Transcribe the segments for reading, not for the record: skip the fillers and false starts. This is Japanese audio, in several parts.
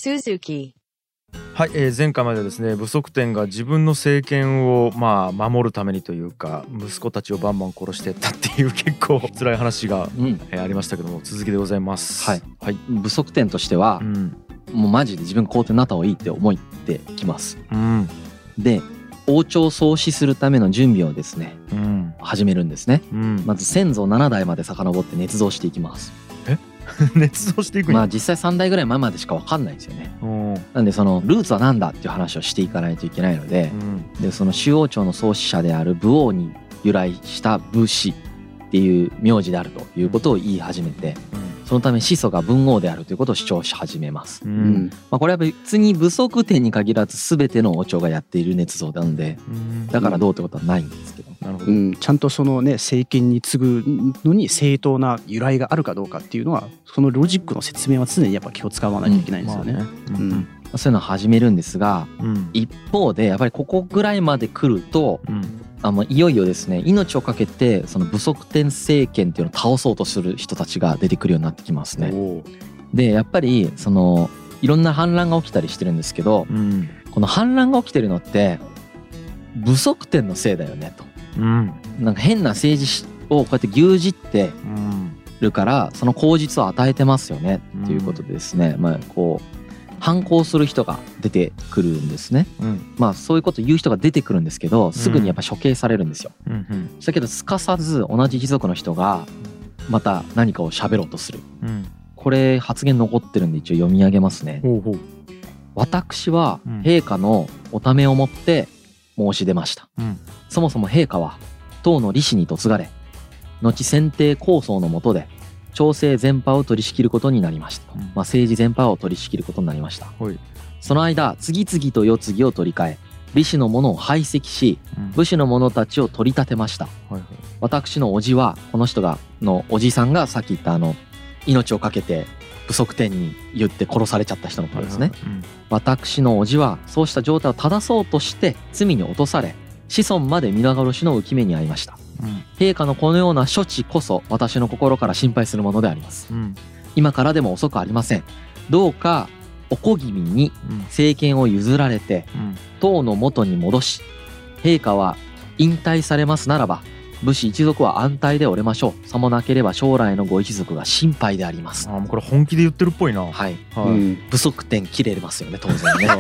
Suzuki。 はい、前回までですね、不足点が自分の政権を守るためにというか、息子たちをバンバン殺していったっていう結構辛い話が、ありましたけども、続きでございます。 はい、はい、不足点としては、もうマジで自分皇帝になった方がいいって思ってきます。で、王朝を創始するための準備をですね、始めるんですね。まず先祖7代まで遡って捏造していきます。 捏造していくんや。 実際3代ぐらい前までしか分かんないんですよね。なんでそのルーツは何だっていう話をしていかないといけないので、でその周王朝の創始者である武王に由来した武士っていう名字であるということを言い始めて、そのため始祖が文王であるということを主張し始めます。これは別に不足点に限らず全ての王朝がやっている捏造なんで、だからどうってことはないんですけど、 ちゃんとそのね政権に継ぐのに正当な由来があるかどうかっていうのは、そのロジックの説明は常にやっぱ気を使わないといけないんですよね。 そういうのを始めるんですが、一方でやっぱりここぐらいまで来ると、いよいよですね、命をかけてその不足点政権っていうのを倒そうとする人たちが出てくるようになってきますね。でやっぱりそのいろんな反乱が起きたりしてるんですけど、この反乱が起きてるのって不足点のせいだよねと、なんか変な政治をこうやって牛耳ってるからその口実を与えてますよねっていうことでですね、こう反抗する人が出てくるんですね。そういうこと言う人が出てくるんですけど、すぐにやっぱ処刑されるんですよ。だけどすかさず同じ一族の人がまた何かを喋ろうとする。これ発言残ってるんで一応読み上げますね。私は陛下のおためをもって申し出ました。そもそも陛下は唐の李氏に嫁がれ、後選定構想の下で朝政全般を取り仕切ることになりました。政治全般を取り仕切ることになりました。その間次々と世継ぎを取り替え、李氏の者を排斥し、武士の者たちを取り立てました。私の叔父は、この人がのおじさんがさっき言った命をかけて不足点に言って殺されちゃった人のことですね。私の叔父はそうした状態を正そうとして罪に落とされ、子孫まで皆殺しの浮き目に遭いました。陛下のこのような処置こそ私の心から心配するものであります。今からでも遅くありません。どうかおこぎみに政権を譲られて唐の元に戻し、陛下は引退されますならば武士一族は安泰でおれましょう。さもなければ将来のご一族が心配であります。 これ本気で言ってるっぽいな。 不足点切れますよね、当然ね。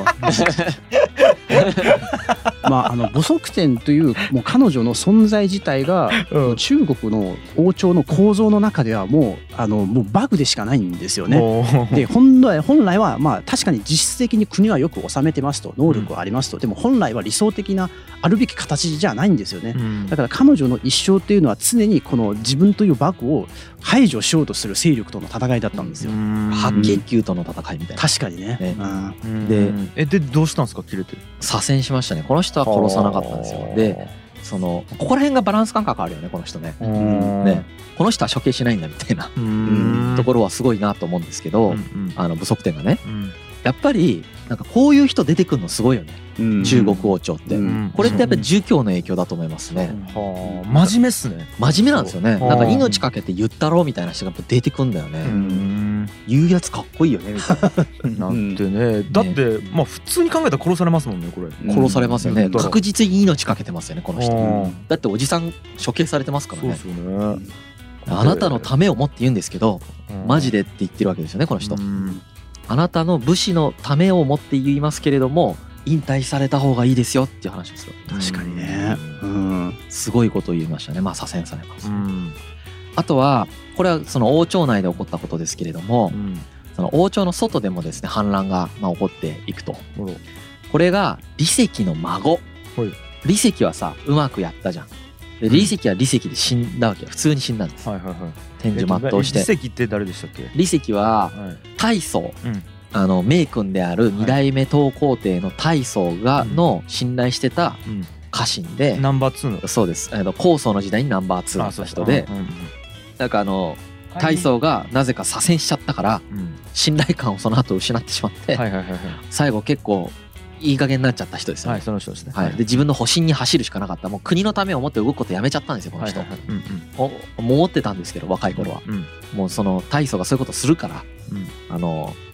不足点というもう彼女の存在自体が、中国の王朝の構造の中ではもうバグでしかないんですよね。で本来は確かに実質的に国はよく治めてますと、能力はありますと、でも本来は理想的なあるべき形じゃないんですよね。だから彼女の一生っていうのは常にこの自分というバグを排除しようとする勢力との戦いだったんですよ。 白血球との戦いみたいな。 確かにね。 でどうしたんですか、切れて。 左遷しましたね。この人は殺さなかったんですよ。でここら辺がバランス感覚あるよね、この人ね。この人は処刑しないんだみたいなところはすごいなと思うんですけど、不足点がね、やっぱりなんかこういう人出てくるのすごいよね、中国王朝って。これってやっぱり儒教の影響だと思いますね。 真面目っすね。 真面目なんですよね。なんか命かけて言ったろうみたいな人が出てくんだよね。言うやつかっこいいよねみたいな。 なんてね。だって普通に考えたら殺されますもんね、これ。 殺されますよね。確実に命かけてますよね、この人。だっておじさん処刑されてますからね。あなたのためを思って言うんですけど、マジでって言ってるわけですよね、この人。あなたの武士のためを思って言いますけれども、引退された方がいいですよっていう話ですよ。 確かにね。 すごいことを言いましたね。左遷されます。あとはこれはその王朝内で起こったことですけれども、その王朝の外でもですね、反乱が起こっていくと。これが李石の孫。李石はさ、うまくやったじゃん。で李石は李石で死んだわけよ。普通に死んだんです。天寿全うして。 李石って誰でしたっけ？ 李石は大宗、名君である二代目唐皇帝の大宗がの信頼してた家臣で、 ナンバー2の。 そうです。高宗の時代にナンバー2だった人で、なんか大宗がなぜか左遷しちゃったから信頼感をその後失ってしまって、最後結構いい加減になっちゃった人ですよね。 その人ですね。 で自分の保身に走るしかなかった。もう国のためを思って動くことやめちゃったんですよ、この人。思ってたんですけど、若い頃はもうその大宗がそういうことするから、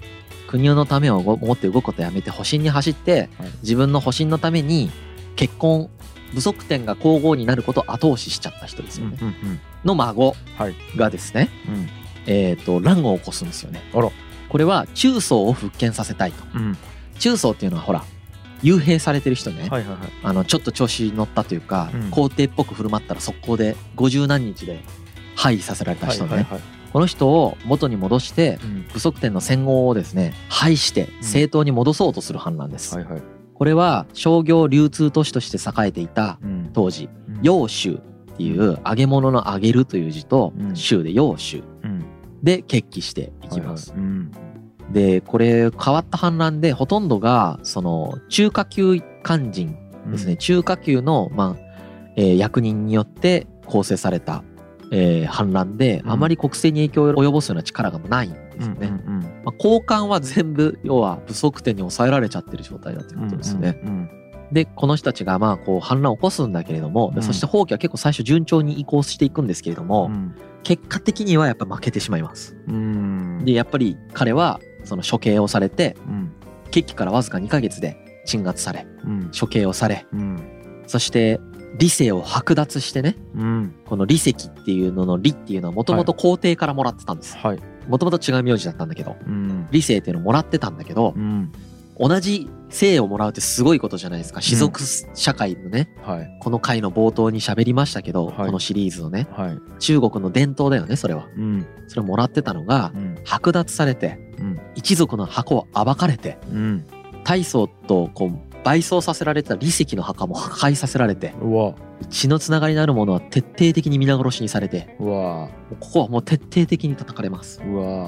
国のためを思って動くことをやめて保身に走って、自分の保身のために結婚不足点が皇后になることを後押ししちゃった人ですよね、の孫がですね、乱を起こすんですよね。これは中宗を復権させたいと。中宗っていうのはほら幽閉されてる人ね、ちょっと調子に乗ったというか、皇帝っぽく振る舞ったら速攻で50何日で廃位させられた人ね、この人を元に戻して不足点の戦後をですね廃して正当に戻そうとする反乱です。これは商業流通都市として栄えていた当時、揚州っていう揚げ物の揚げるという字と州で揚州で決起していきます。でこれ変わった反乱でほとんどがその中華級官人ですね、中華級の役人によって構成された反乱で、あまり国政に影響を及ぼすような力がないんですよね。高官は全部要は不足点に抑えられちゃってる状態だということですね。でこの人たちがこう反乱を起こすんだけれども、そして蜂起は結構最初順調に移行していくんですけれども、結果的にはやっぱ負けてしまいます。でやっぱり彼はその処刑をされて、決起からわずか2ヶ月で鎮圧され、処刑をされ、そして理性を剥奪してね、この理石っていうのの理っていうのはもともと皇帝からもらってたんです。もともと違う名字だったんだけど、理性っていうのをもらってたんだけど、同じ姓をもらうってすごいことじゃないですか。氏族社会のね、この回の冒頭に喋りましたけど、このシリーズのね、中国の伝統だよねそれは。それをもらってたのが剥奪されて、一族の墓を暴かれて、大宗とこう埋葬させられた理石の墓も破壊させられて、血のつながりのあるものは徹底的に皆殺しにされて、ここはもう徹底的に叩かれます。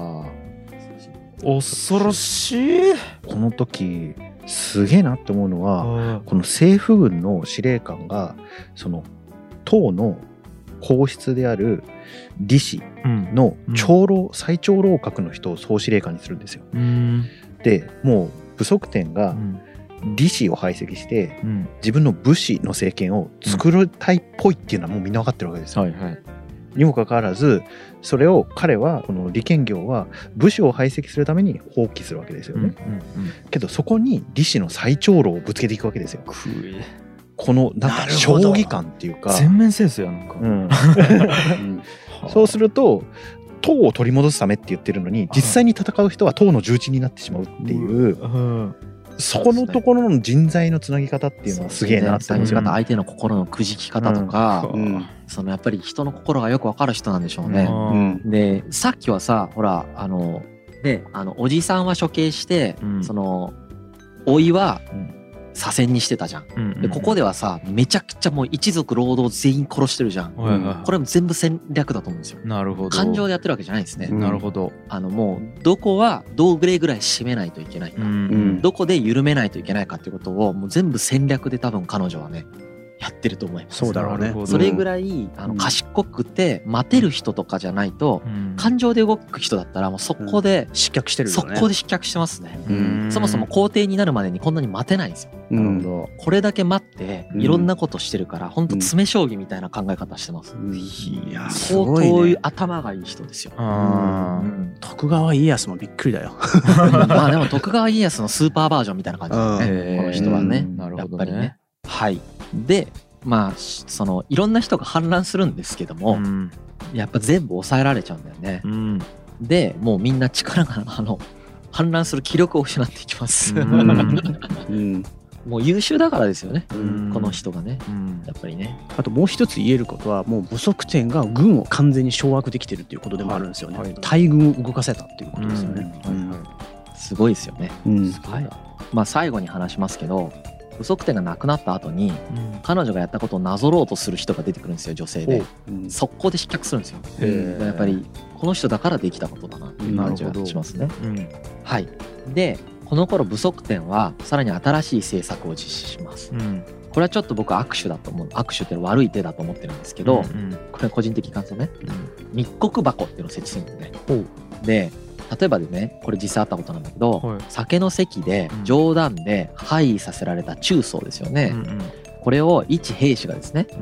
恐ろしい。 この時すげえなって思うのは、この政府軍の司令官がその唐の皇室である李氏の長老、最長老格の人を総司令官にするんですよ。でもう不足点が李氏を排斥して自分の武士の政権を作りたいっぽいっていうのはもうみんな分かってるわけですよ。にもかかわらずそれを彼はこの李建業は武士を排斥するために放棄するわけですよね。けどそこに李氏の最長老をぶつけていくわけですよ。このなんか将棋感っていうか全面戦争やなんか、 そうすると唐を取り戻すためって言ってるのに実際に戦う人は唐の重鎮になってしまうっていう、そこのところの人材のつなぎ方っていうのはすげえなって思う。 相手の心のくじき方とか、そのやっぱり人の心がよく分かる人なんでしょうね。でさっきはさほらおじさんは処刑して、その甥いは左遷にしてたじゃん。でここではさめちゃくちゃもう一族労働全員殺してるじゃん。これも全部戦略だと思うんですよ。 なるほど。 感情でやってるわけじゃないんですね。 なるほど。 もうどこはどうぐらい締めないといけないか、どこで緩めないといけないかっていうことをもう全部戦略で多分彼女はねやってると思います。 そうだろうね。 それぐらい賢くて待てる人とかじゃないと、感情で動く人だったらもう速攻で失脚してるよね。 速攻で失脚してますね。そもそも皇帝になるまでにこんなに待てないんですよ。これだけ待っていろんなことしてるから本当詰将棋みたいな考え方してます。 いや相当頭がいい人ですよ。 徳川家康もびっくりだよ。 まあでも徳川家康のスーパーバージョンみたいな感じだね、この人はね。やっぱりね。はい。でそのいろんな人が反乱するんですけども、やっぱ全部抑えられちゃうんだよね。でもうみんな力が反乱する気力を失っていきます。もう優秀だからですよね、この人がね、やっぱりね。 あともう一つ言えることはもう不足点が軍を完全に掌握できてるっていうことでもあるんですよね。大軍を動かせたっていうことですよね。 すごいですよね。最後に話しますけど、不足点がなくなった後に、彼女がやったことをなぞろうとする人が出てくるんですよ、女性で。速攻で失脚するんですよ。やっぱりこの人だからできたことだなっていう感じがしますね。はい。でこの頃不足点はさらに新しい政策を実施します。これはちょっと僕握手だと思う。握手っていうのは悪い手だと思ってるんですけど、これ個人的感想ね。密告箱っていうのを設置するんだよね。で例えばでね、これ実際あったことなんだけど、酒の席で冗談で廃位させられた中宗ですよね。これを一兵士がですね、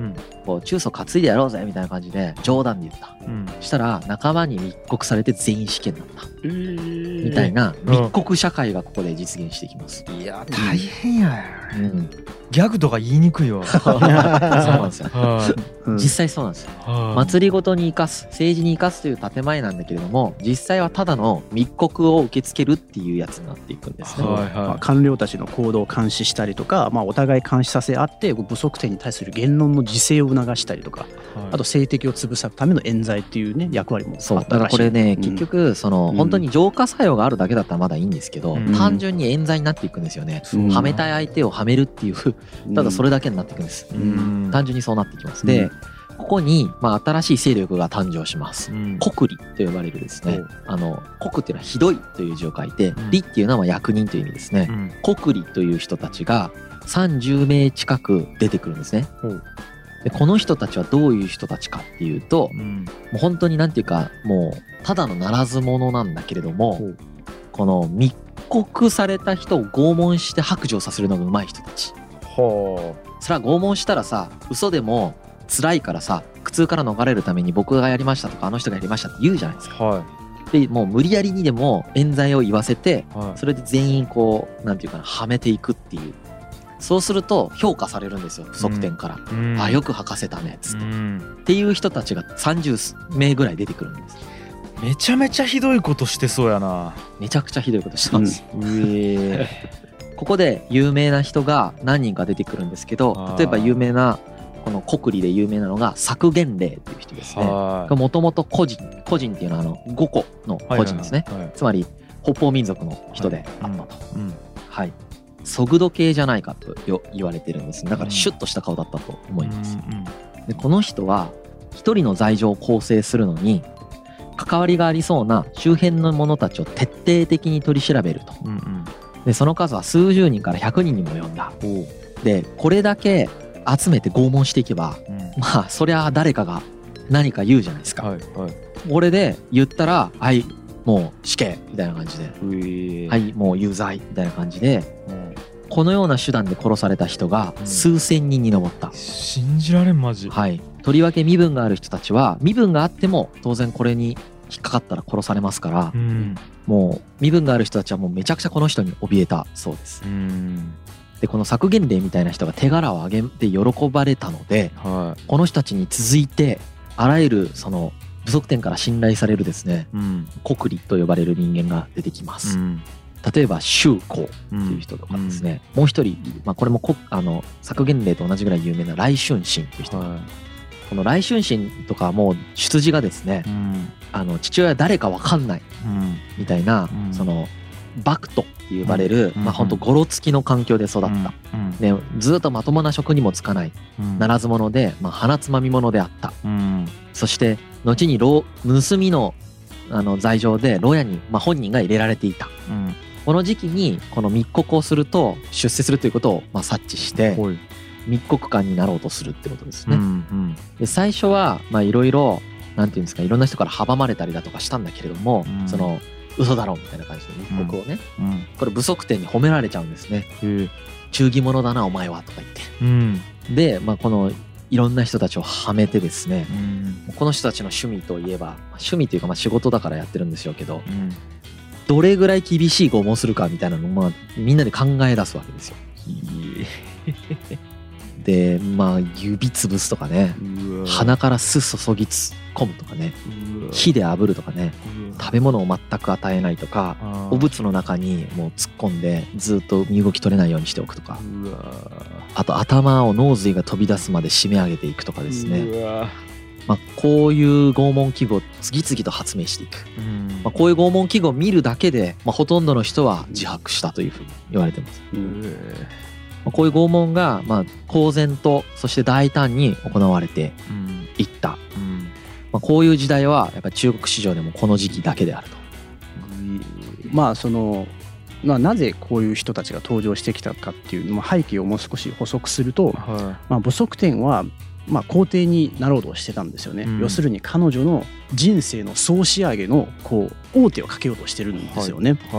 こう中祖担いでやろうぜみたいな感じで冗談で言った、したら仲間に密告されて全員死刑になった、みたいな密告社会がここで実現していきます。 いや大変や、ギャグとか言いにくいわ。 そうなんですよ。実際そうなんですよ。祭りごとに生かす、政治に生かすという建前なんだけれども、実際はただの密告を受け付けるっていうやつになっていくんですね。 官僚たちの行動を監視したりとか、お互い監視させ合って不足点に対する言論の自制を促したりとか、あと政敵を潰すための冤罪っていうね役割もあったらしい。 そうだからこれね、結局その本当に浄化作用があるだけだったらまだいいんですけど、単純に冤罪になっていくんですよね。はめたい相手をはめるっていうただそれだけになっていくんです。単純にそうなってきます。でここに新しい勢力が誕生します。国利と呼ばれるですね、国っていうのはひどいという字を書いて、利っていうのは役人という意味ですね。国利という人たちが30名近く出てくるんですね。でこの人たちはどういう人たちかっていうと、もう本当になんていうかもうただのならず者なんだけれども、この密告された人を拷問して白状させるのが上手い人たち。それは拷問したらさ、嘘でも辛いからさ、苦痛から逃れるために僕がやりましたとかあの人がやりましたって言うじゃないですか。でもう無理やりにでも冤罪を言わせて、それで全員こうなんていうかな、はめていくっていう。そうすると評価されるんですよ、不足点から。あ、よく吐かせたねっつって、っていう人たちが30名ぐらい出てくるんです。 めちゃめちゃひどいことしてそうやな。 めちゃくちゃひどいことしてます。ここで有名な人が何人か出てくるんですけど、例えば有名なこの国利で有名なのが削減令っていう人ですね。もともと個人っていうのは5個の個人ですね。つまり北方民族の人であったと。はい。速度系じゃないかと言われてるんです。だからシュッとした顔だったと思います。でこの人は一人の罪状を構成するのに関わりがありそうな周辺の者たちを徹底的に取り調べると。でその数は数十人から100人にも及んだ。でこれだけ集めて拷問していけば、まあそりゃ誰かが何か言うじゃないですか。これで言ったらはいもう死刑みたいな感じで、はいもう有罪みたいな感じで、このような手段で殺された人が数千人に上った。 信じられんマジ。 はい。とりわけ身分がある人たちは身分があっても当然これに引っかかったら殺されますから、もう身分がある人たちはもうめちゃくちゃこの人に怯えたそうです。でこの削減令みたいな人が手柄を挙げて喜ばれたので、この人たちに続いてあらゆるその不足点から信頼されるですね、国利と呼ばれる人間が出てきます。例えば周公っていう人とかですね、もう一人、これも削減令と同じぐらい有名な来春臣という人が、この来春臣とかもう出自がですね、父親誰か分かんないみたいな、その幕徒って呼ばれる、本当ゴロつきの環境で育った、でずっとまともな職にも就かない、ならず者で、鼻つまみ者であった、そして後に盗みの罪状で牢屋に、本人が入れられていた、この時期にこの密告をすると出世するということを察知して密告官になろうとするってことですね。で最初はいろいろなんていうんですか、いろんな人から阻まれたりだとかしたんだけれども、その嘘だろみたいな感じで密告をね、これ不足点に褒められちゃうんですね。忠義者だなお前はとか言って、でこのいろんな人たちをはめてですね、この人たちの趣味といえば趣味というか仕事だからやってるんでしょうけど、どれぐらい厳しい拷問するかみたいなのをみんなで考え出すわけですよ。で指つぶすとかね、鼻から酢注ぎ込むとかね、火で炙るとかね、食べ物を全く与えないとか、汚物の中にもう突っ込んでずっと身動き取れないようにしておくとか、あと頭を脳髄が飛び出すまで締め上げていくとかですね、こういう拷問器具を次々と発明していく、こういう拷問器具を見るだけで、ほとんどの人は自白したというふうに言われてます。こういう拷問が公然とそして大胆に行われていった、こういう時代はやっぱり中国史上でもこの時期だけであると。 なぜこういう人たちが登場してきたかっていう背景をもう少し補足すると、不足点は皇帝になろうとしてたんですよね。要するに彼女の人生の総仕上げの王手をかけようとしてるんですよね。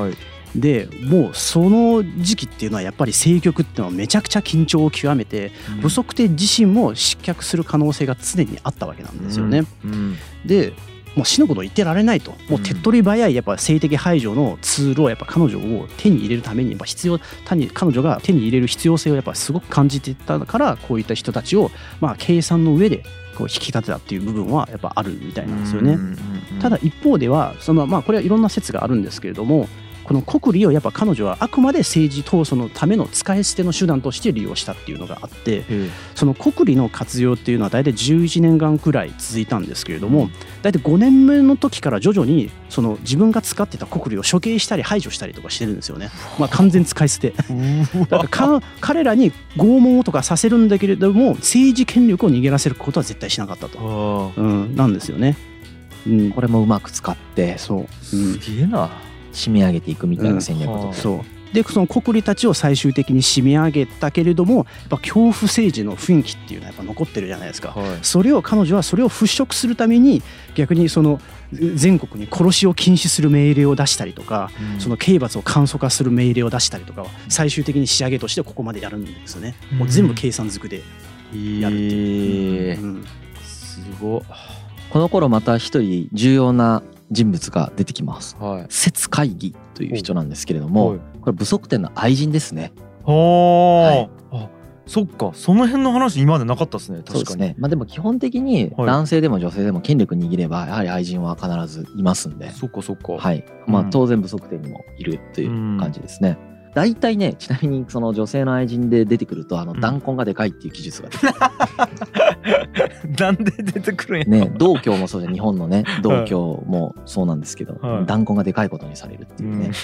でもうその時期っていうのはやっぱり政局っていうのはめちゃくちゃ緊張を極めて、武則天自身も失脚する可能性が常にあったわけなんですよね。でもう死のこと言ってられないと、もう手っ取り早いやっぱ政的排除のツールをやっぱ彼女を手に入れるためにやっぱ彼女が手に入れる必要性をやっぱすごく感じていたから、こういった人たちをまあ計算の上でこう引き立てたっていう部分はやっぱあるみたいなんですよね。ただ一方ではまあこれはいろんな説があるんですけれども、この国利をやっぱ彼女はあくまで政治闘争のための使い捨ての手段として利用したっていうのがあって、その国利の活用っていうのは大体11年間くらい続いたんですけれども、大体5年目の時から徐々にその自分が使ってた国利を処刑したり排除したりとかしてるんですよね。まあ完全使い捨てだから彼らに拷問とかさせるんだけれども、政治権力を逃げらせることは絶対しなかったと、なんですよね。 これもうまく使って、 すげえな、 締め上げていくみたいな戦略と、 そうでその国利たちを最終的に締め上げたけれども、やっぱ恐怖政治の雰囲気っていうのはやっぱ残ってるじゃないですか、彼女はそれを払拭するために逆にその全国に殺しを禁止する命令を出したりとか、その刑罰を簡素化する命令を出したりとかは最終的に仕上げとしてここまでやるんですよね。もう全部計算づくでやるっていう、 すごっ。 この頃また一人重要な人物が出てきます。摂海義という人なんですけれども、これ武則天の愛人ですね。 あ、そっか、その辺の話今までなかったですね。確かに。 そうですね。まあでも基本的に男性でも女性でも権力握ればやはり愛人は必ずいますんで。 そっかそっか。 はい。まあ当然武則天にもいるという感じですね。大体ね、ちなみにその女性の愛人で出てくると弾痕がでかいっていう記述が出てくる。 なんで出てくるんやね、道教もそうじゃん、日本のね道教もそうなんですけど、弾痕がでかいことにされるっていうね。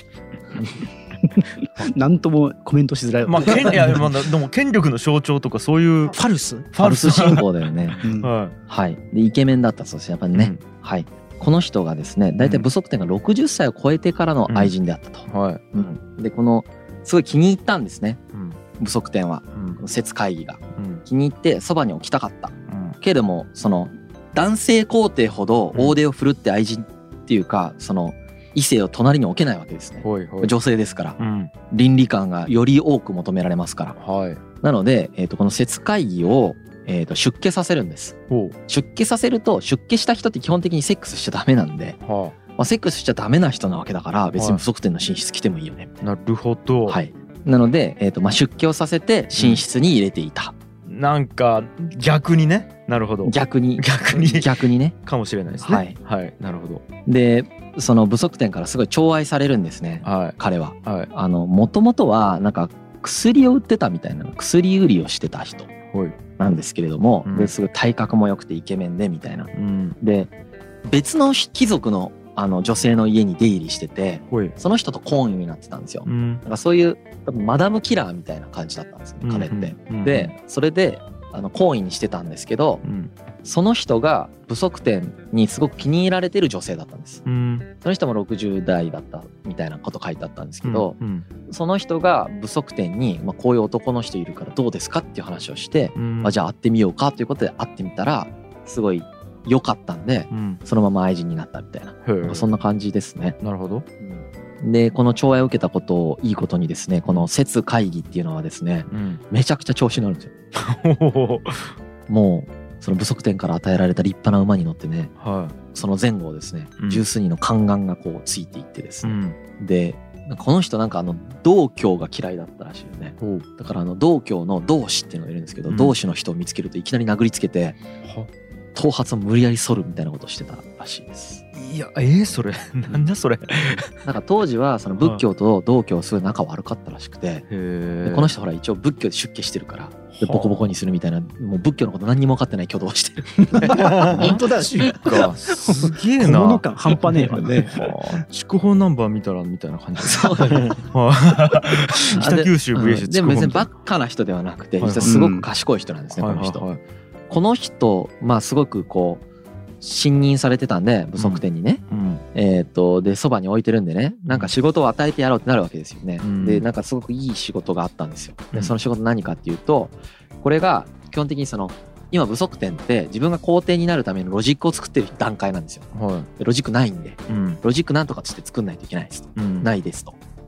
なんともコメントしづらい。 まあでも権力の象徴とかそういうファルス信仰だよね。はい。でイケメンだったそうです、やっぱりね。はい。この人がですね、大体武則天が60歳を超えてからの愛人であったと。でこのすごい気に入ったんですね、武則天は。摂海義が気に入ってそばに置きたかった、けれどもその男性皇帝ほど大手を振るって愛人っていうか、その異性を隣に置けないわけですね。女性ですから、倫理観がより多く求められますから。なので、この摂海義を出家させるんです。出家させると、出家した人って基本的にセックスしちゃダメなんで、セックスしちゃダメな人なわけだから別に武則天の寝室来てもいいよね。 なるほど。 はい。なので、出家をさせて寝室に入れていた。 なんか逆にね。なるほど。 逆にね。 かもしれないですね。はい。なるほど。 で、その武則天からすごい寵愛されるんですね。彼は。もともとはなんか薬を売ってたみたいな、薬売りをしてた人なんですけれども、ですごい体格も良くてイケメンでみたいな。で、別の貴族の女性の家に出入りしてて、その人と懇意になってたんですよ。だからそういうマダムキラーみたいな感じだったんですね、彼って。でそれで懇意にしてたんですけど、その人が武則天にすごく気に入られてる女性だったんです。その人も60代だったみたいなこと書いてあったんですけど、その人が武則天に、こういう男の人いるからどうですかっていう話をして、じゃあ会ってみようかということで会ってみたらすごい良かったんで、そのまま愛人になったみたいな、そんな感じですね。 なるほど。 でこの寵愛を受けたことをいいことにですね、この摂海義っていうのはですね、めちゃくちゃ調子に乗るんですよ。もうその武則天から与えられた立派な馬に乗ってね、その前後をですね、十数人の宦官がこうついていってですね、でこの人なんか道教が嫌いだったらしいよね。だから道教の道士っていうのがいるんですけど、道士の人を見つけるといきなり殴りつけて頭髪を無理やり剃るみたいなことをしてたらしいです。 いやそれなんだそれ。 なんか当時はその仏教と道教すごい仲悪かったらしくて、でこの人ほら一応仏教で出家してるからでボコボコにするみたいな、もう仏教のこと何にも分かってない挙動をしてる。 本当だし、 すげえな。 小物感半端ねえわね。 筑豊ナンバー見たらみたいな感じ。 そうだね。 北九州 VS でも別にバカな人ではなくて、実はすごく賢い人なんですね、この人。この人すごくこう信任されてたんで武則天にね、でそばに置いてるんでね、なんか仕事を与えてやろうってなるわけですよね。でなんかすごくいい仕事があったんですよ。でその仕事何かっていうと、これが基本的にその今武則天って自分が皇帝になるためのロジックを作ってる段階なんですよ。でロジックないんで、ロジックなんとかつって作んないといけないですと、ないですと。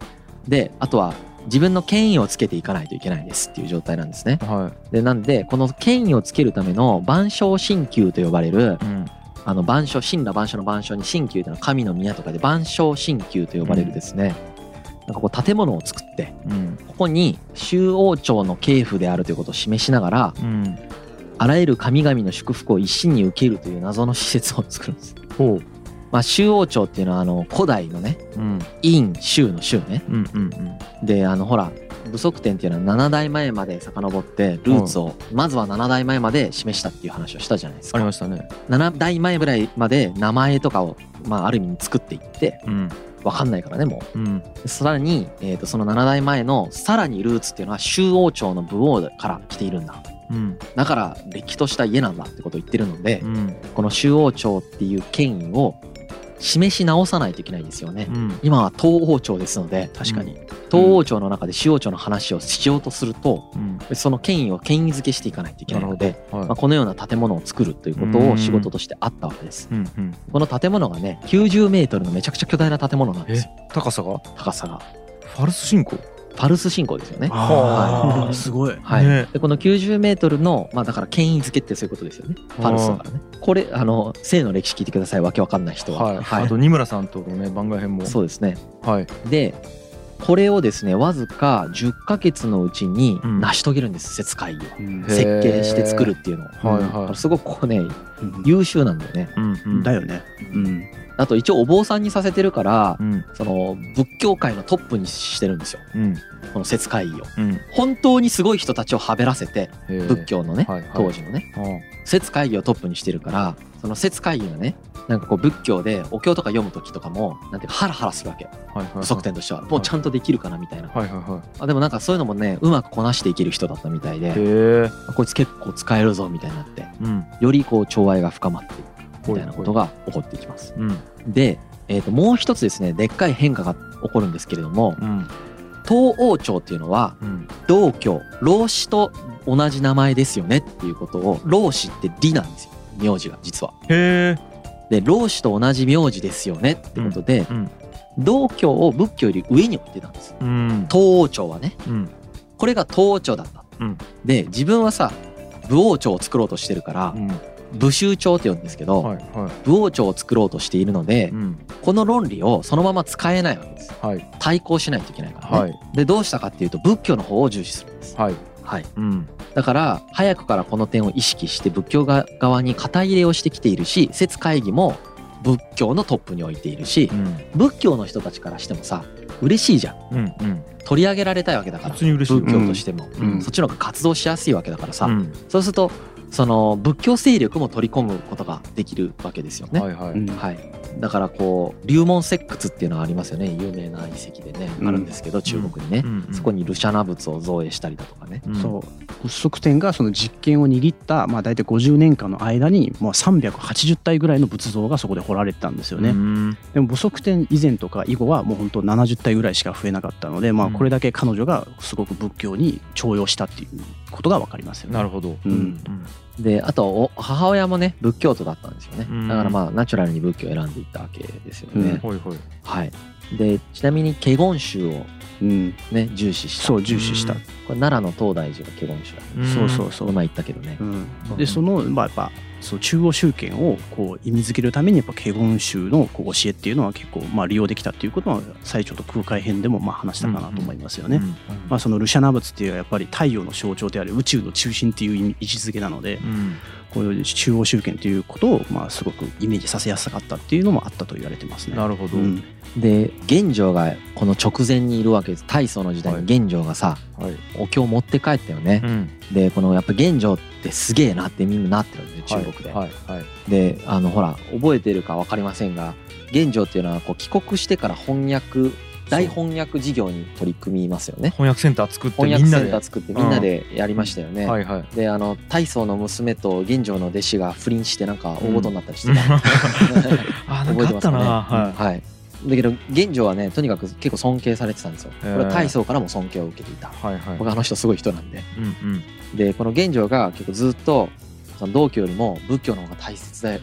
であとは自分の権威をつけていかないといけないですっていう状態なんですね。でなんでこの権威をつけるための万象神宮と呼ばれる、万象、神羅万象の万象に神宮というのは神の宮とかで万象神宮と呼ばれるですね、なんかこう建物を作って、ここに周王朝の系譜であるということを示しながら、あらゆる神々の祝福を一身に受けるという謎の施設を作るんです。周王朝っていうのは古代のね、殷周の周ね、でほら武則天っていうのは7代前まで遡ってルーツをまずは7代前まで示したっていう話をしたじゃないですか。 ありましたね。 7代前ぐらいまで名前とかをある意味作っていって、分かんないからねもう、さらに、その7代前のさらにルーツっていうのは周王朝の武王から来ているんだ、だかられっきとした家なんだってことを言ってるので、この周王朝っていう権威を示し直さないといけないんですよね、今は東王朝ですので、確かに東王朝の中で周王朝の話をしようとすると、その権威を権威づけしていかないといけないので、このような建物を作るということを仕事としてあったわけです、この建物がね90メートルのめちゃくちゃ巨大な建物なんですよ。 高さがファルス信仰ですよね。 すごい。 でこの90メートルのだから権威づけってそういうことですよね。ファルスだからね。これ生の歴史聞いてください。わけわかんない人は。 あと二村さんとのね番外編も。 そうですね。でこれをですねわずか10ヶ月のうちに成し遂げるんです。設会議を設計して作るっていうのを。すごくこうね優秀なんだよね。 だよね。 あと一応お坊さんにさせてるから、その仏教界のトップにしてるんですよ、この設会議を、本当にすごい人たちをはべらせて、仏教のね、当時のね、設会議をトップにしてるから、その設会議がねなんかこう仏教でお経とか読む時とかもなんていうかハラハラするわけ、武則天としてはもうちゃんとできるかなみたいな、でもなんかそういうのもねうまくこなしていける人だったみたいで、こいつ結構使えるぞみたいになって、よりこう調和が深まっていくみたいなことが起こっていきます。で、もう一つですねでっかい変化が起こるんですけれども、東王朝っていうのは、道教老子と同じ名前ですよねっていうことを、老子って李なんですよ名字が実は。で老子と同じ名字ですよねってことで、道教を仏教より上に置いてたんです、東王朝はね、これが東王朝だった、で自分はさ武王朝を作ろうとしてるから、武州朝って言うんですけど、武王朝を作ろうとしているので、この論理をそのまま使えないわけです、対抗しないといけないからね、でどうしたかっていうと仏教の方を重視するんです、だから早くからこの点を意識して仏教側に肩入れをしてきているし、説会議も仏教のトップに置いているし、仏教の人たちからしてもさ嬉しいじゃん、取り上げられたいわけだから、仏教としても、そっちの方が活動しやすいわけだからさ、そうするとその仏教勢力も取り込むことができるわけですよね。だからこう龍門石窟っていうのはありますよね、有名な遺跡でね、あるんですけど中国にね、そこに盧舎那仏を造営したりだとかね、 そう仏則天がその実権を握った大体50年間の間にもう380体ぐらいの仏像がそこで彫られてたんですよね。でも仏則天以前とか以後はもう本当70体ぐらいしか増えなかったので、これだけ彼女がすごく仏教に重用したっていうことが分かりますよね。 なるほど。 であと母親もね仏教徒だったんですよね。だからナチュラルに仏教を選んでいったわけですよね。でちなみに華厳宗をね重視した。 そう重視した。これ奈良の東大寺が華厳宗だ。そう言ったけどね。 でそのやっぱそう中央集権をこう意味づけるためにやっぱ華厳宗のこう教えっていうのは結構利用できたっていうことは最初と空海編でも話したかなと思いますよね。その盧舎那仏っていうのはやっぱり太陽の象徴である宇宙の中心っていう位置づけなので、こういう中央集権ということをすごくイメージさせやすかったっていうのもあったと言われてますね。 なるほど。 で玄奘がこの直前にいるわけです。大宋の時代に玄奘がさ、お経を持って帰ったよね。でこのやっぱ玄奘ってすげえなってみんななってるんで中国で。でほら覚えてるか分かりませんが、玄奘っていうのはこう帰国してから大翻訳事業に取り組みますよね。 翻訳センター作ってみんなでやりましたよね。で大宋の娘と玄奘の弟子が不倫してなんか大事になったりしてた。 覚えてますかね。 だけど玄奘はねとにかく結構尊敬されてたんですよ。これは大宋からも尊敬を受けていた。僕人すごい人なんで。でこの玄奘が結構ずっとその道教よりも仏教の方が大切で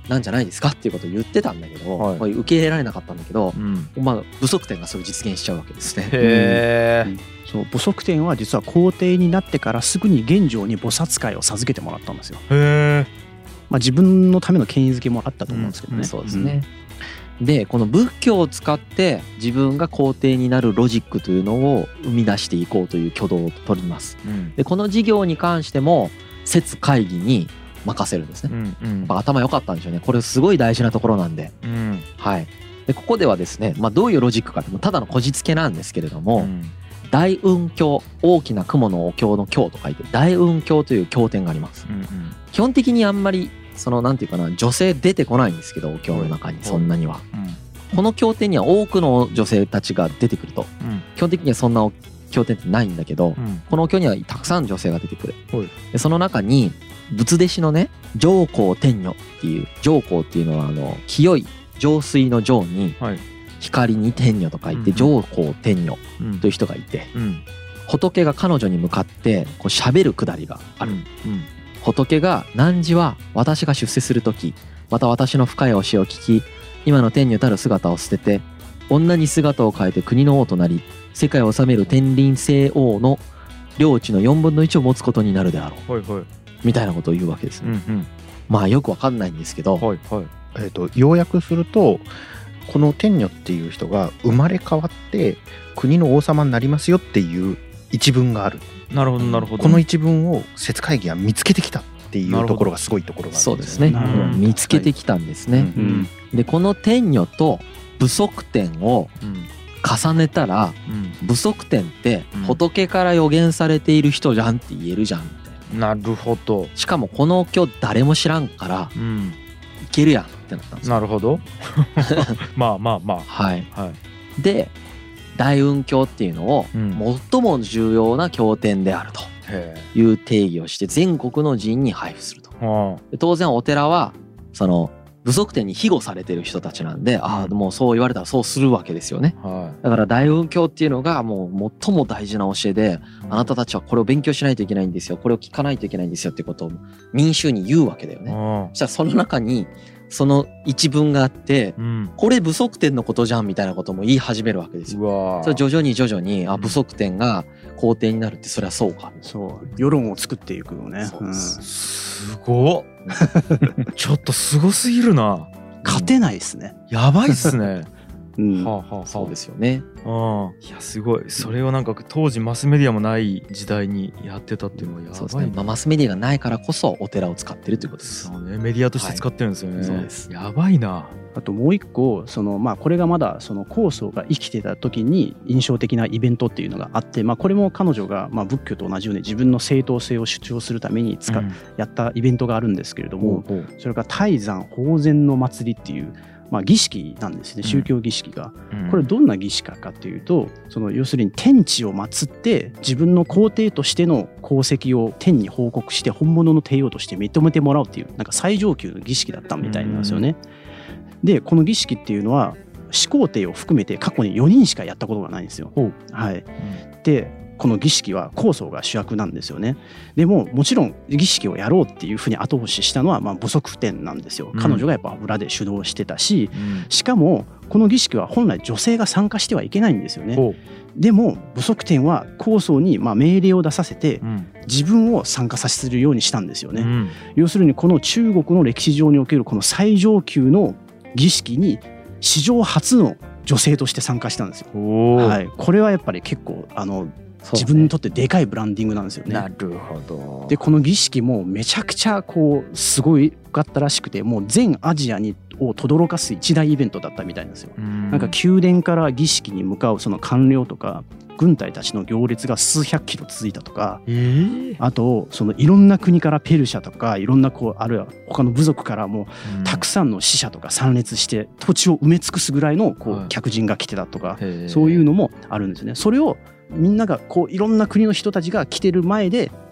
なんじゃないですかっていうことを言ってたんだけど、はい、受け入れられなかったんだけど、まあ、不足点がそれを実現しちゃうわけですね。 へー、 そう不足点は実は皇帝になってからすぐに玄奘に菩薩会を授けてもらったんですよ。 へー、 まあ、自分のための権威づけもあったと思うんですけどね。 そうですね。でこの仏教を使って自分が皇帝になるロジックというのを生み出していこうという挙動を取ります。でこの事業に関しても摂会議に任せるんですね。やっぱ頭良かったんでしょうね。これすごい大事なところなんで、はい。でここではですね、まあ、どういうロジックかってただのこじつけなんですけれども、大雲経、大きな雲のお経の経と書いて大雲経という経典があります。基本的にあんまりそのなんていうかな、女性出てこないんですけど、お経の中にそんなには、この経典には多くの女性たちが出てくると、基本的にはそんな経典ってないんだけど、このお経にはたくさん女性が出てくる。でその中に仏弟子のね、上皇天女っていう、上皇っていうのは清い浄水の浄に、光に天女と書いて上皇天女という人がいて、仏が彼女に向かってこう喋るくだりがある。仏が汝は私が出世する時、また私の深い教えを聞き、今の天女たる姿を捨てて女に姿を変えて国の王となり、世界を治める天輪聖王の領地の4分の1を持つことになるであろう、みたいなことを言うわけですね。まあよくわかんないんですけど、 要約すると、この天女っていう人が生まれ変わって国の王様になりますよっていう一文がある。 なるほどなるほど。 この一文を摂会議は見つけてきたっていうところがすごいところがあるんですね。 そうですね。見つけてきたんですね。でこの天女と不足点を重ねたら、不足点って仏から予言されている人じゃんって言えるじゃんみたいな。なるほど。 しかもこの経誰も知らんから、いけるやんってなったんですよ。 なるほど。まあまあまあ。 はい。で大雲経っていうのを最も重要な経典であるという定義をして全国の寺院に配布すると。で当然お寺はその不足点に庇護されてる人たちなんで、ああもうそう言われたらそうするわけですよね。だから大雲経っていうのがもう最も大事な教えで、あなたたちはこれを勉強しないといけないんですよ、これを聞かないといけないんですよってことを民衆に言うわけだよね。そしたらその中にその一文があって、これ不足点のことじゃんみたいなことも言い始めるわけですよ。それ徐々に徐々に不足点が皇帝になるって、それはそうか、 そう世論を作っていくのね。 すごっ。ちょっとすごすぎるな。 勝てないですね。 やばいっすね。 そうですよね。 いやすごい。それをなんか当時マスメディアもない時代にやってたっていうのはやばい。 そうですね。マスメディアがないからこそお寺を使ってるということです。 そうね。メディアとして使ってるんですよね。 そうです。 やばいな。 あともう一個これがまだ構想が生きてた時に印象的なイベントっていうのがあって、これも彼女が仏教と同じように自分の正当性を主張するためにやったイベントがあるんですけれども、それが泰山法然の祭りっていう儀式なんですね。宗教儀式が、これどんな儀式かというと、要するに天地を祀って自分の皇帝としての功績を天に報告して本物の帝王として認めてもらうっていう最上級の儀式だったみたいなんですよね。でこの儀式っていうのは始皇帝を含めて過去に4人しかやったことがないんですよ。でこの儀式は高僧が主役なんですよね。でももちろん儀式をやろうっていうふうに後押ししたのは不足点なんですよ。彼女がやっぱ裏で主導してたし、しかもこの儀式は本来女性が参加してはいけないんですよね。でも不足点は高僧に命令を出させて自分を参加させるようにしたんですよね。要するにこの中国の歴史上におけるこの最上級の儀式に史上初の女性として参加したんですよ。これはやっぱり結構自分にとってでかいブランディングなんですよね。 なるほど。 でこの儀式もめちゃくちゃすごいかったらしくて、もう全アジアを轟かす一大イベントだったみたいなんですよ。なんか宮殿から儀式に向かうその官僚とか軍隊たちの行列が数百キロ続いたとか、あといろんな国からペルシャとかいろんなあるいは他の部族からもたくさんの死者とか参列して土地を埋め尽くすぐらいの客人が来てたとか、そういうのもあるんですね。それをみんながいろんな国の人たちが来てる前で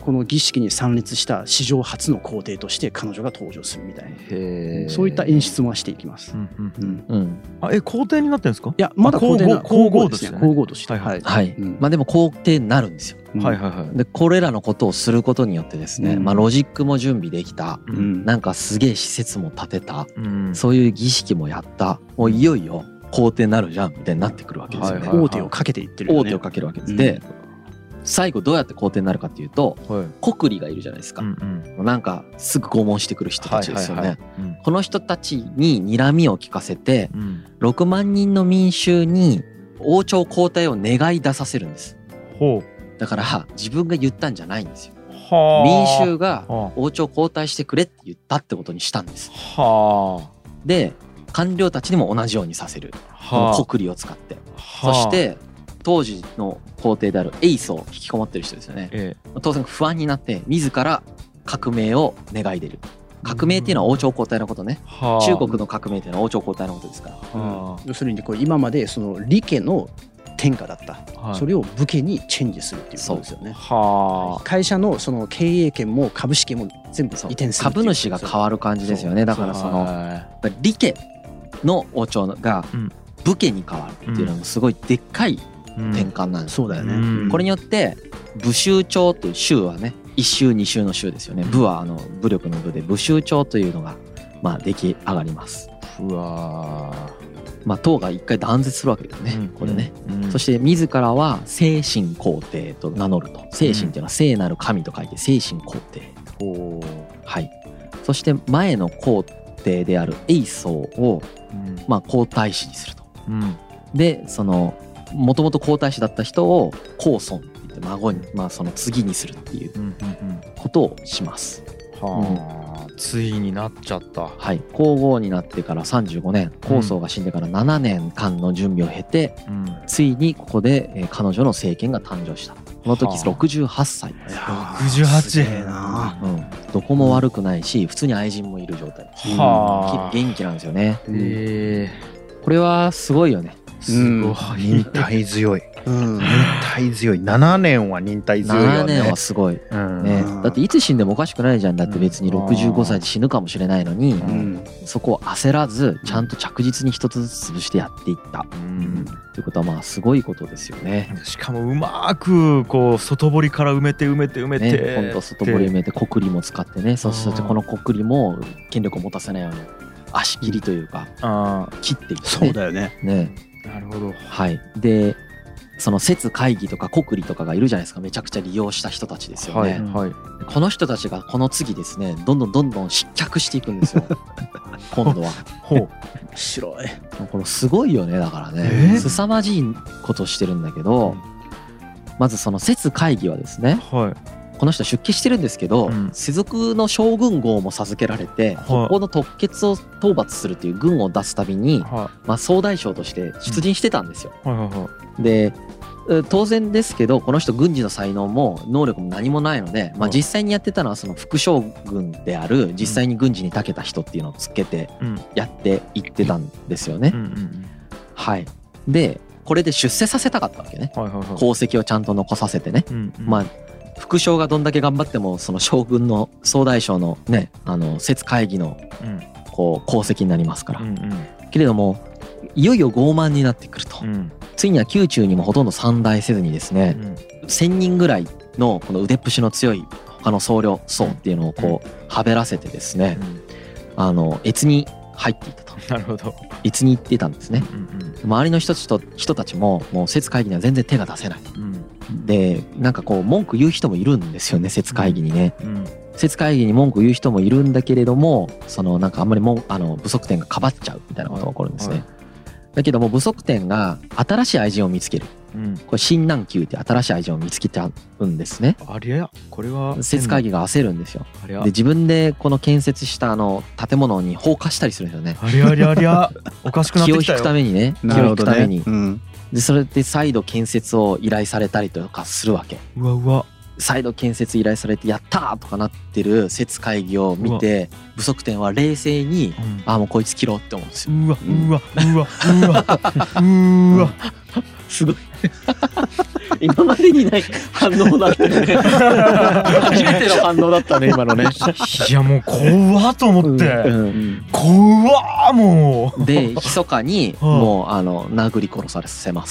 この儀式に参列した史上初の皇帝として彼女が登場するみたいな、そういった演出もしていきます。 皇帝になってるんですか？ いやまだ皇后ですね。皇后として。 はい。まあでも皇帝になるんですよ。でこれらのことをすることによってですね、まあロジックも準備できた、なんかすげえ施設も建てた、そういう儀式もやった、もういよいよ皇帝になるじゃんみたいになってくるわけですよね。 王手をかけていってるよね。 王手をかけるわけです。で最後どうやって皇帝になるかっていうと、国吏がいるじゃないですか。なんかすぐ拷問してくる人たちですよね。この人たちに睨みを利かせて、6万人の民衆に王朝交代を願い出させるんです。だから自分が言ったんじゃないんですよ。民衆が王朝交代してくれって言ったってことにしたんです。で官僚たちにも同じようにさせる、国吏を使って。そして当時の皇帝であるエイソー、引きこもってる人ですよね、当然不安になって自ら革命を願い出る。革命っていうのは王朝交代のことね。中国の革命っていうのは王朝交代のことですから。 要するにこれ今までその李家の天下だった、それを武家にチェンジするっていうことですよね。会社のその経営権も株式も全部移転する。 株主が変わる感じですよね。だからその李家の王朝が武家に変わるっていうのもすごいでっかい転換なんです。 そうだよね。 これによって武州朝っていう州はね、一州二州の州ですよね。武は武力の武で、武州朝というのがまあ出来上がります。まあ唐が一回断絶するわけですね、これね。そして自らは聖神皇帝と名乗ると。聖神っていうのは聖なる神と書いて聖神皇帝。はい。そして前の皇帝であるエイソーをまあ皇太子にすると。でそのもともと皇太子だった人を皇孫って言って孫に、まあその次にするっていうことをします。 ついになっちゃった。 はい。皇后になってから35年、皇祖が死んでから7年間の準備を経て、ついにここで彼女の政権が誕生した。この時68歳です。 68。 どこも悪くないし、普通に愛人もいる状態。元気なんですよね。これはすごいよね。 すごい。忍耐強い。忍耐強い。7年は忍耐強いよね。 7年はすごい。ね、だっていつ死んでもおかしくないじゃん。だって別に65歳で死ぬかもしれないのに、そこを焦らずちゃんと着実に一つずつ潰してやっていった。ということはまあすごいことですよね。 しかもうまくこう外堀から埋めて。 今度外堀埋めて国吏も使ってね。そしてこの国吏も権力を持たせないように足切りというか切っていく、ね。 そうだよね。 なるほど。 はい。でその摂会議とか国吏とかがいるじゃないですか。めちゃくちゃ利用した人たちですよね。この人たちがこの次ですね、どんどん失脚していくんですよ。今度は。 白い。 これすごいよね。だからね、凄まじいことしてるんだけど、まずその摂会議はですね、この人出家してるんですけど、世俗の将軍号も授けられて、ここの特決を討伐するっていう軍を出すたびに、まあ総大将として出陣してたんですよ。で当然ですけど、この人軍事の才能も能力も何もないので、まあ、実際にやってたのはその副将軍である実際に軍事に長けた人っていうのをつけてやっていってたんですよね。はい。でこれで出世させたかったわけね。功績をちゃんと残させてね。まあ副将がどんだけ頑張ってもその将軍の総大将のね摂会議のこう功績になりますから。けれどもいよいよ傲慢になってくると。ついには宮中にもほとんど参内せずにですね、1,000人ぐらいのこの腕っぷしの強い他の僧侶層っていうのをこうはべらせてですね、越に入っていったと。 なるほど。 越に行っていたんですね。周りの人たちももう摂会議には全然手が出せない。でなんかこう文句言う人もいるんですよね、摂会議にね。摂会議に文句言う人もいるんだけれども、そのなんかあんまり武則天がかばっちゃうみたいなことが起こるんですね。だけども武則天が新しい愛人を見つける。これ新南宮って新しい愛人を見つけちゃうんですね。 ありゃ、これは摂会議が焦るんですよ。で自分でこの建設した建物に放火したりするんですよね。 ありゃおかしくなってきたよ。 気を引くためにね。気を引くために。でそれで再度建設を依頼されたりとかするわけ。再度建設依頼されてやったーとかなってる摂会議を見て武則天は冷静に、もうこいつ切ろうって思うんですよ。 うわすごい。 今までにない反応だったよね。初めての反応だったね今のね。 いやもう怖っと思って、怖っもう。 で密かにもう殴り殺させます。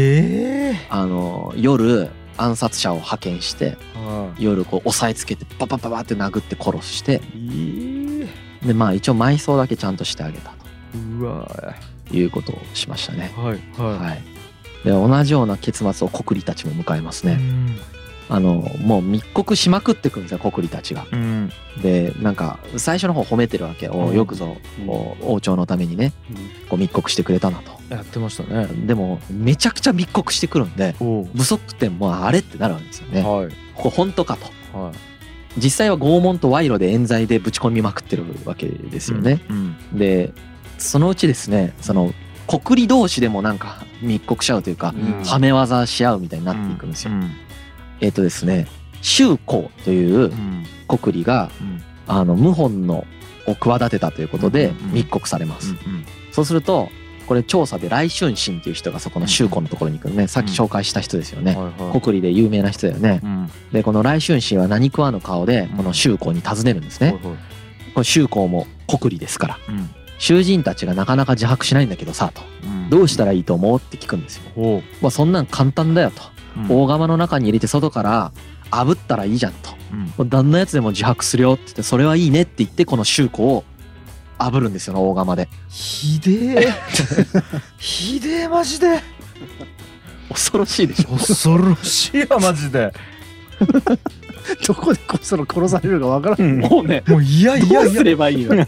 夜暗殺者を派遣して、夜こう押さえつけてパパパパって殴って殺して、でまあ一応埋葬だけちゃんとしてあげたということをしましたね。で同じような結末をコリたちも迎えますね。もう密告しまくってくるんですよコリたちが。でなんか最初の方褒めてるわけ。よくぞ王朝のためにねこう密告してくれたなとやってましたね。 でもめちゃくちゃ密告してくるんで不足点もあれってなるわけですよね。ここ本当かと。実際は拷問と賄賂で冤罪でぶち込みまくってるわけですよね。でそのうちですねそのコリ同士でもなんか密告し合うというかはめ技し合うみたいになっていくんですよ。ですね周公というコリが謀反のを企てたということで密告されます。そうするとこれ調査で来春神っていう人がそこの周公のところに来るね。さっき紹介した人ですよね。コリで有名な人だよね。でこの来春神は何食わぬ顔でこの周公に尋ねるんですね。この周公もコリですから囚人たちがなかなか自白しないんだけどさと、どうしたらいいと思うって聞くんですよ。まあそんなん簡単だよと、大釜の中に入れて外から炙ったらいいじゃんと、どんなやつでも自白するよって言って、それはいいねって言ってこの周公を炙るんですよ大釜で。 ひでえひでえマジで恐ろしいでしょ。 恐ろしいわマジでどこで殺されるかわからん。 もうねもういやどうすればいいの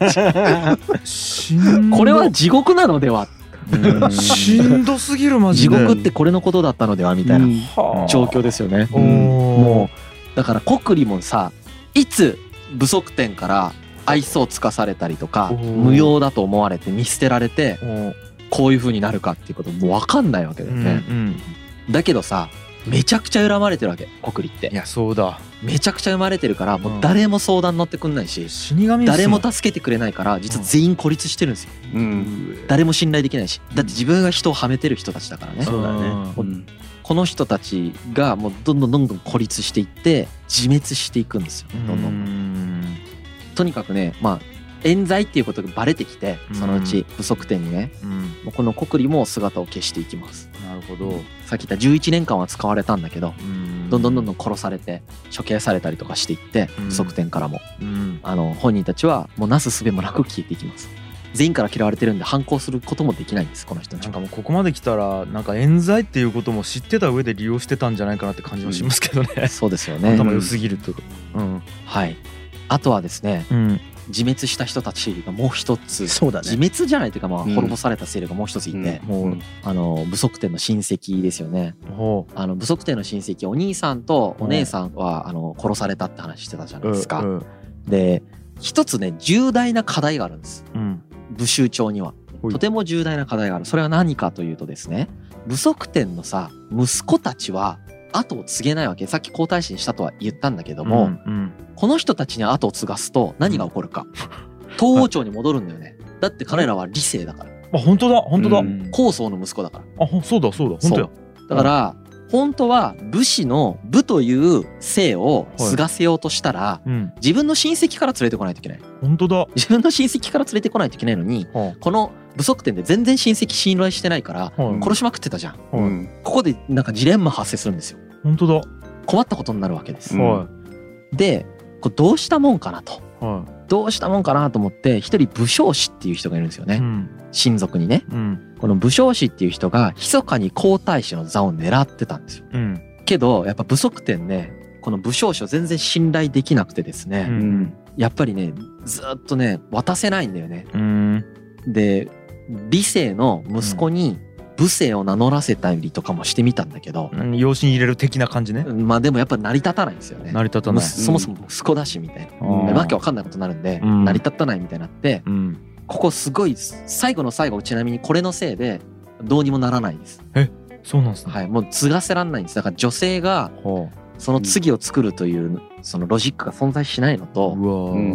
これは地獄なのでは、 しんどすぎるマジで。 地獄ってこれのことだったのではみたいな状況ですよね。もうだからコリもさ、いつ不足点から愛想をつかされたりとか無用だと思われて見捨てられてこういう風になるかっていうこともう分かんないわけだよね。だけどさめちゃくちゃ恨まれてるわけコリって。 いやそうだ、 めちゃくちゃ恨まれてるからもう誰も相談乗ってくんないし、 死神誰も助けてくれないから実は全員孤立してるんですよ。誰も信頼できないし、だって自分が人をはめてる人たちだからね。 そうだね。 この人たちがもうどんどん孤立していって自滅していくんですよ。どんどんとにかくね、まあ冤罪っていうことがバレてきて、そのうち不足点にね、もうこのコリも姿を消していきます。 なるほど。 さっき言った11年間は使われたんだけど、どんどん殺されて処刑されたりとかしていって、不足点からも本人たちはもうなすすべもなく消えていきます。全員から嫌われてるんで反抗することもできないんですこの人たち。 なんかもうここまで来たらなんか冤罪っていうことも知ってた上で利用してたんじゃないかなって感じもしますけどね。 そうですよね。 頭良すぎると。 はい。あとはですね、自滅した人たちがもう一つ、 そうだね、 自滅じゃないというかまあ滅ぼされた勢力がもう一ついて、不足点の親戚ですよね。不足点の親戚、お兄さんとお姉さんは殺されたって話してたじゃないですか。で一つね重大な課題があるんです、武州町には。とても重大な課題がある。それは何かというとですね、不足点のさ息子たちは後を継げないわけ。さっき皇太子にしたとは言ったんだけども、この人たちに後を継がすと何が起こるか、東王朝に戻るんだよね。だって彼らは理性だから。 あ、本当だ本当だ。 高宗の息子だから。 あ、そうだそうだ本当や。 だから本当は武士の武という姓を継がせようとしたら、自分の親戚から連れてこないといけない。 本当だ。 自分の親戚から連れてこないといけないのに、この不足点で全然親戚信頼してないから殺しまくってたじゃん。ここでなんかジレンマ発生するんですよ。 本当だ。 困ったことになるわけです。でこれどうしたもんかなと、どうしたもんかなと思って一人武将士っていう人がいるんですよね、親族にね。この武将士っていう人が密かに皇太子の座を狙ってたんですよ。けどやっぱ不足点ね、この武将士を全然信頼できなくてですね、やっぱりねずっとね渡せないんだよね。で理性の息子に武姓を名乗らせたりとかもしてみたんだけど、 養子に入れる的な感じね。 まあでもやっぱ成り立たないんですよね。 成り立たない。 そもそも息子だしみたいな、わけわかんないことになるんで、成り立たないみたいになって、ここすごい最後の最後、ちなみにこれのせいでどうにもならないです。 そうなんですね。 はい、もう継がせらんないんです。だから女性がその次を作るというそのロジックが存在しないのと、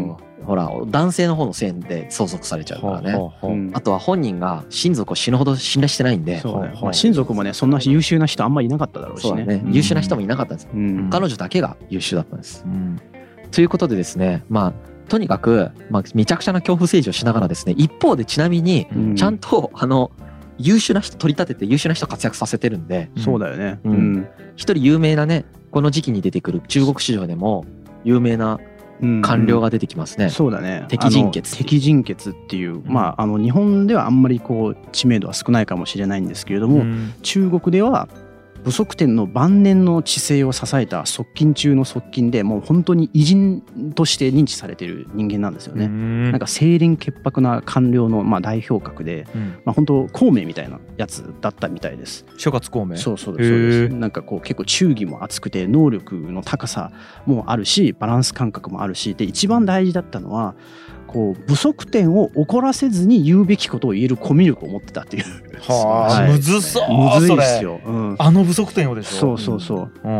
ほら男性の方の線で相続されちゃうからね。あとは本人が親族を死ぬほど信頼してないんで、 親族もねそんな優秀な人あんまりいなかっただろうしね。 優秀な人もいなかったんです。彼女だけが優秀だったんです。ということでですね、とにかく、めちゃくちゃな恐怖政治をしながらですね、一方でちなみにちゃんと優秀な人取り立てて優秀な人活躍させてるんで。 そうだよね。 一人有名なね、この時期に出てくる中国市場でも有名な官僚が出てきますね。 そうだね。 敵人傑っていう、日本ではあんまりこう知名度は少ないかもしれないんですけれども、中国では武則天の晩年の治世を支えた側近中の側近で、もう本当に偉人として認知されている人間なんですよね。なんか清廉潔白な官僚の代表格で、本当孔明みたいなやつだったみたいです。 諸葛孔明。 そうです。なんかこう結構忠義も厚くて能力の高さもあるし、バランス感覚もあるし、で一番大事だったのはこう武則天を怒らせずに言うべきことを言えるコミュ力を持ってたっていう。 むずそう。 むずいですよ。 武則天をでしょ。 そう。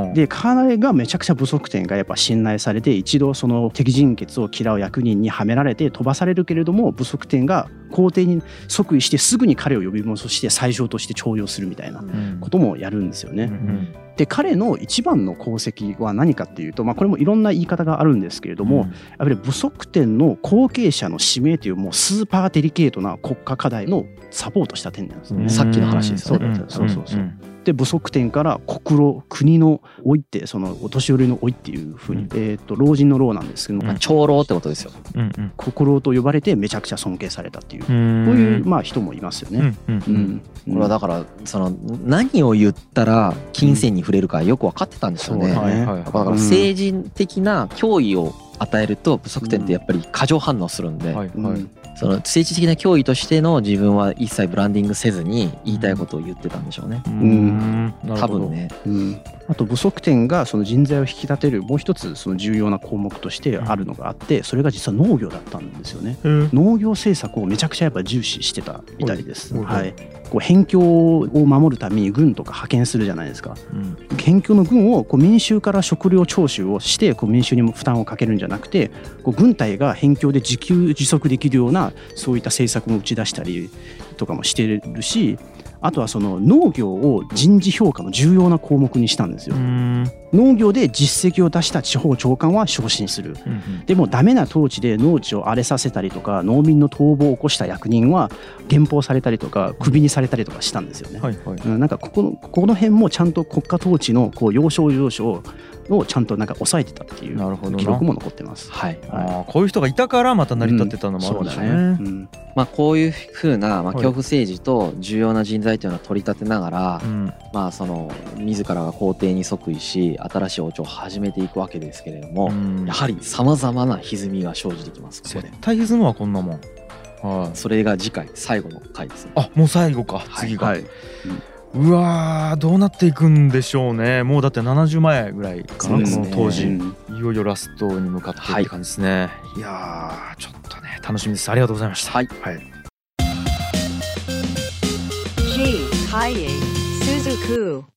で彼がめちゃくちゃ武則天がやっぱ信頼されて、一度その敵人傑を嫌う役人にはめられて飛ばされるけれども、武則天が皇帝に即位してすぐに彼を呼び戻して宰相として重用するみたいなこともやるんですよね。で彼の一番の功績は何かっていうと、これもいろんな言い方があるんですけれども、やっぱり武則天の後継者の指名というもうスーパーデリケートな国家課題のサポートした点なんですね。 さっきの話ですよね。 そう。で武則天から国の老いって、そのお年寄りの老いっていうふうに、老人の老なんですけども、 長老ってことですよ。 国老と呼ばれてめちゃくちゃ尊敬されたっていう、こういう人もいますよね。 これはだからその何を言ったら金銭に触れるかよく分かってたんですよね。だから政治的な脅威を与えると武則天ってやっぱり過剰反応するんで、その政治的な脅威としての自分は一切ブランディングせずに言いたいことを言ってたんでしょうね。多分ね。 あと武則天がその人材を引き立てるもう一つその重要な項目としてあるのがあって、それが実は農業だったんですよね。農業政策をめちゃくちゃやっぱ重視してたみたいです。こう辺境を守るために軍とか派遣するじゃないですか。辺境の軍をこう民衆から食料徴収をしてこう民衆にも負担をかけるんじゃなくて、こう軍隊が辺境で自給自足できるようなそういった政策も打ち出したりとかもしてるし、あとはその農業を人事評価の重要な項目にしたんですよ。農業で実績を出した地方長官は昇進する。でもダメな統治で農地を荒れさせたりとか農民の逃亡を起こした役人は減俸されたりとかクビにされたりとかしたんですよね。なんかここの辺もちゃんと国家統治のこう要所要所をちゃんとなんか抑えてたっていう記録も残ってます。 こういう人がいたからまた成り立ってたのもあるんでしょうね。 こういうふうな恐怖政治と重要な人材というのを取り立てながら、その自らが皇帝に即位し新しい王朝を始めていくわけですけれども、やはりさまざまな歪みが生じてきます。 絶対歪むわこんなもん。 それが次回最後の回ですね。 もう最後か。次が。うわどうなっていくんでしょうね。もうだって70前ぐらいかな、この当時。いよいよラストに向かってって感じですね。いやちょっとね楽しみです。ありがとうございました。G ハイエイスズク